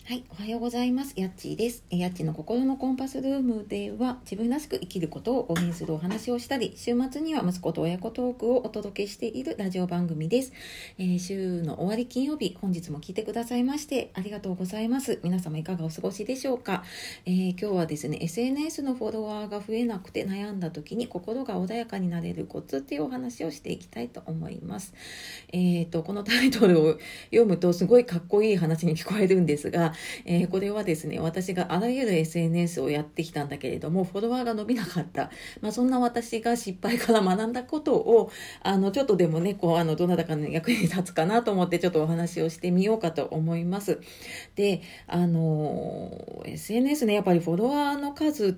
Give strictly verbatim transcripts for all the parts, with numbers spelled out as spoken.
はい、おはようございます。やっちーです。やっちの心のコンパスルームでは、自分らしく生きることを応援するお話をしたり、週末には息子と親子トークをお届けしているラジオ番組です。えー、週の終わり金曜日、本日も聞いてくださいましてありがとうございます。皆様いかがお過ごしでしょうか。えー、今日はですね、エスエヌエス のフォロワーが増えなくて悩んだ時に心が穏やかになれるコツっていうお話をしていきたいと思います。えーと、このタイトルを読むとすごいかっこいい話に聞こえるんですが、えー、これはですね、私があらゆる エスエヌエス をやってきたんだけれども、フォロワーが伸びなかった。まあ、そんな私が失敗から学んだことを、あの、ちょっとでもね、こう、あの、どなたかの役に立つかなと思って、ちょっとお話をしてみようかと思います。で、あの、エスエヌエス ね、やっぱりフォロワーの数って、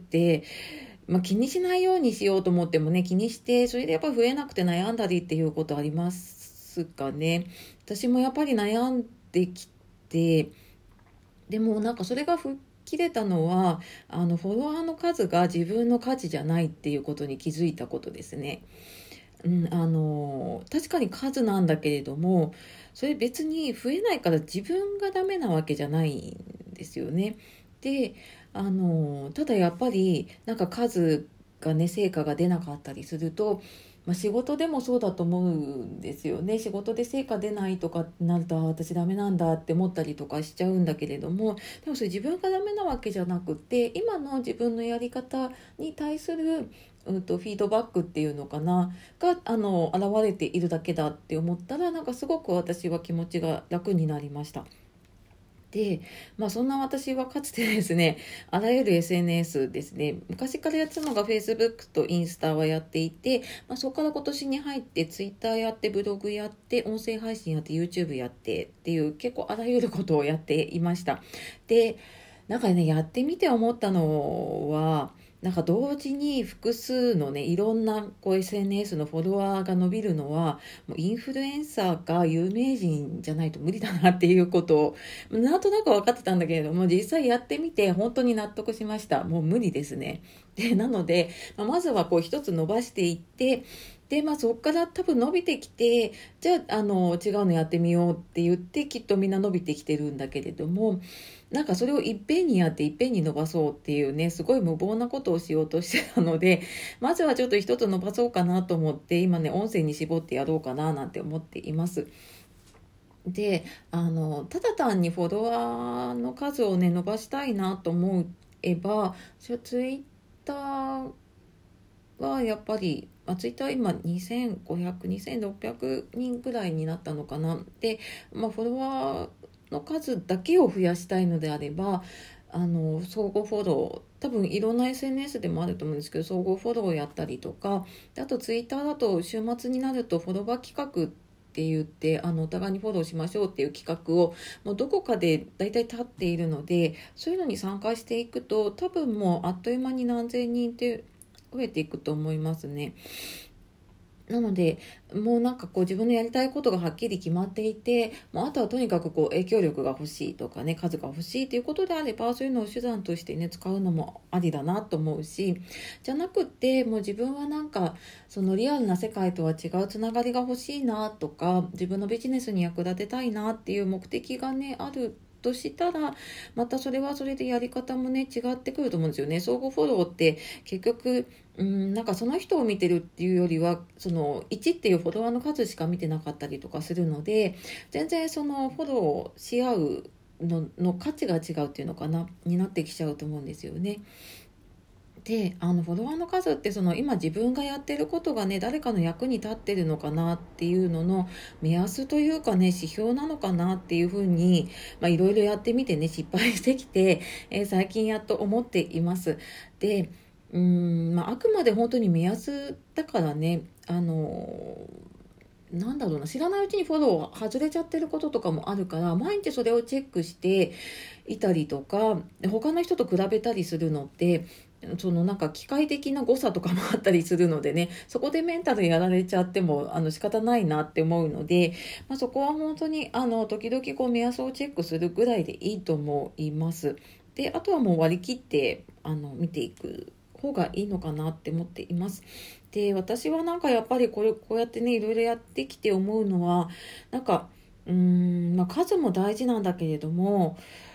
まあ、気にしないようにしようと思ってもね、気にして、それでやっぱり増えなくて悩んだりっていうことありますかね。私もやっぱり悩んできて、でもなんかそれが吹っ切れたのは、あのフォロワーの数が自分の価値じゃないっていうことに気づいたことですね。うん、あの確かに数なんだけれども、それ別に増えないから自分がダメなわけじゃないんですよね。で、あのただやっぱりなんか数がね、成果が出なかったりすると、まあ、仕事でもそうだと思うんですよね。仕事で成果出ないとかなると、あ、私ダメなんだって思ったりとかしちゃうんだけれども、でもそれ自分がダメなわけじゃなくて、今の自分のやり方に対するうんとフィードバックっていうのかながあの現れているだけだって思ったら、なんかすごく私は気持ちが楽になりました。で、まあそんな私はかつてですね、あらゆる エスエヌエス ですね、昔からやってたのが Facebook とインスタはやっていて、まあ、そこから今年に入って Twitter やって、ブログやって、音声配信やって、YouTube やってっていう結構あらゆることをやっていました。で、なんかね、やってみて思ったのは、なんか同時に複数のね、いろんなこう エスエヌエス のフォロワーが伸びるのは、もうインフルエンサーか有名人じゃないと無理だなっていうことを、なんとなく分かってたんだけれども、実際やってみて本当に納得しました。もう無理ですね。で、なので、まあまずはこう一つ伸ばしていって、で、まあそこから多分伸びてきて、じゃあ、あの、違うのやってみようって言って、きっとみんな伸びてきてるんだけれども、なんかそれをいっぺんにやっていっぺんに伸ばそうっていうね、すごい無謀なことをしようとしてたので、まずはちょっと一つ伸ばそうかなと思って、今ね、音声に絞ってやろうかななんて思っています。で、あのただ単にフォロワーの数をね伸ばしたいなと思えば、ツイッターはやっぱり、まあ、ツイッター今にせんごひゃく、にせんろっぴゃくにんくらいになったのかな。で、まあ、フォロワーの数だけを増やしたいのであれば、あの相互フォロー、多分いろんな エスエヌエス でもあると思うんですけど、相互フォローをやったりとか、であとツイッターだと週末になるとフォロワー企画って言って、あのお互いにフォローしましょうっていう企画をもうどこかで大体立っているので、そういうのに参加していくと、多分もうあっという間に何千人って増えていくと思いますね。なので、もうなんかこう自分のやりたいことがはっきり決まっていて、もうあとはとにかくこう影響力が欲しいとかね、数が欲しいということであれば、そういうのを手段としてね、使うのもありだなと思うし、じゃなくって、もう自分はなんか、そのリアルな世界とは違うつながりが欲しいなとか、自分のビジネスに役立てたいなっていう目的がね、あるとしたら、またそれはそれでやり方もね違ってくると思うんですよね。相互フォローって結局、うん、なんかその人を見てるっていうよりは、そのいちっていうフォロワーの数しか見てなかったりとかするので、全然そのフォローし合うのの価値が違うっていうのかなになってきちゃうと思うんですよね。で、あのフォロワーの数って、その今自分がやってることがね誰かの役に立ってるのかなっていうのの目安というかね、指標なのかなっていうふうに、まあいろいろやってみてね失敗してきて、えー最近やっと思っています。で、うーん、まあ、あくまで本当に目安だからね、あのなんだろうな、知らないうちにフォロー外れちゃってることとかもあるから、毎日それをチェックしていたりとか、他の人と比べたりするのって、そのなんか機械的な誤差とかもあったりするのでね、そこでメンタルやられちゃってもあの仕方ないなって思うので、まあ、そこは本当にあの時々こう目安をチェックするぐらいでいいと思います。で、あとはもう割り切ってあの見ていく方がいいのかなって思っています。で、私はなんかやっぱりこれこうやってねいろいろやってきて思うのは、なんかうーん、まあ、数も大事なんだけれども、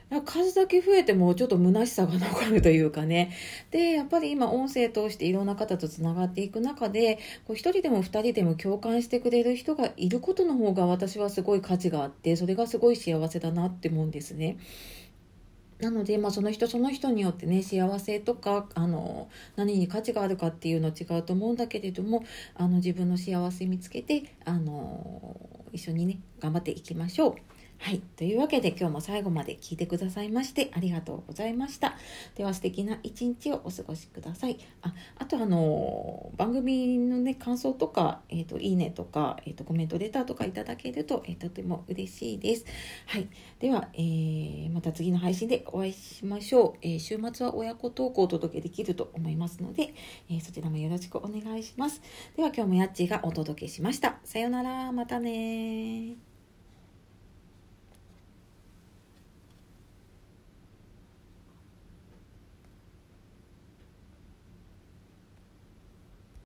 数だけ増えてもちょっと虚しさが残るというかね。で、やっぱり今音声通していろんな方とつながっていく中で、こう一人でも二人でも共感してくれる人がいることの方が私はすごい価値があって、それがすごい幸せだなって思うんですね。なので、まあ、その人その人によってね、幸せとかあの何に価値があるかっていうのは違うと思うんだけれども、あの自分の幸せ見つけてあの一緒にね頑張っていきましょう。はい。というわけで今日も最後まで聞いてくださいましてありがとうございました。では素敵な一日をお過ごしください。あ、あとあの、番組のね、感想とか、えっと、いいねとか、えっと、コメントレターとかいただけると、えー、とても嬉しいです。はい。では、えー、また次の配信でお会いしましょう。えー、週末は親子トークをお届けできると思いますので、えー、そちらもよろしくお願いします。では今日もやっちーがお届けしました。さようなら。またね。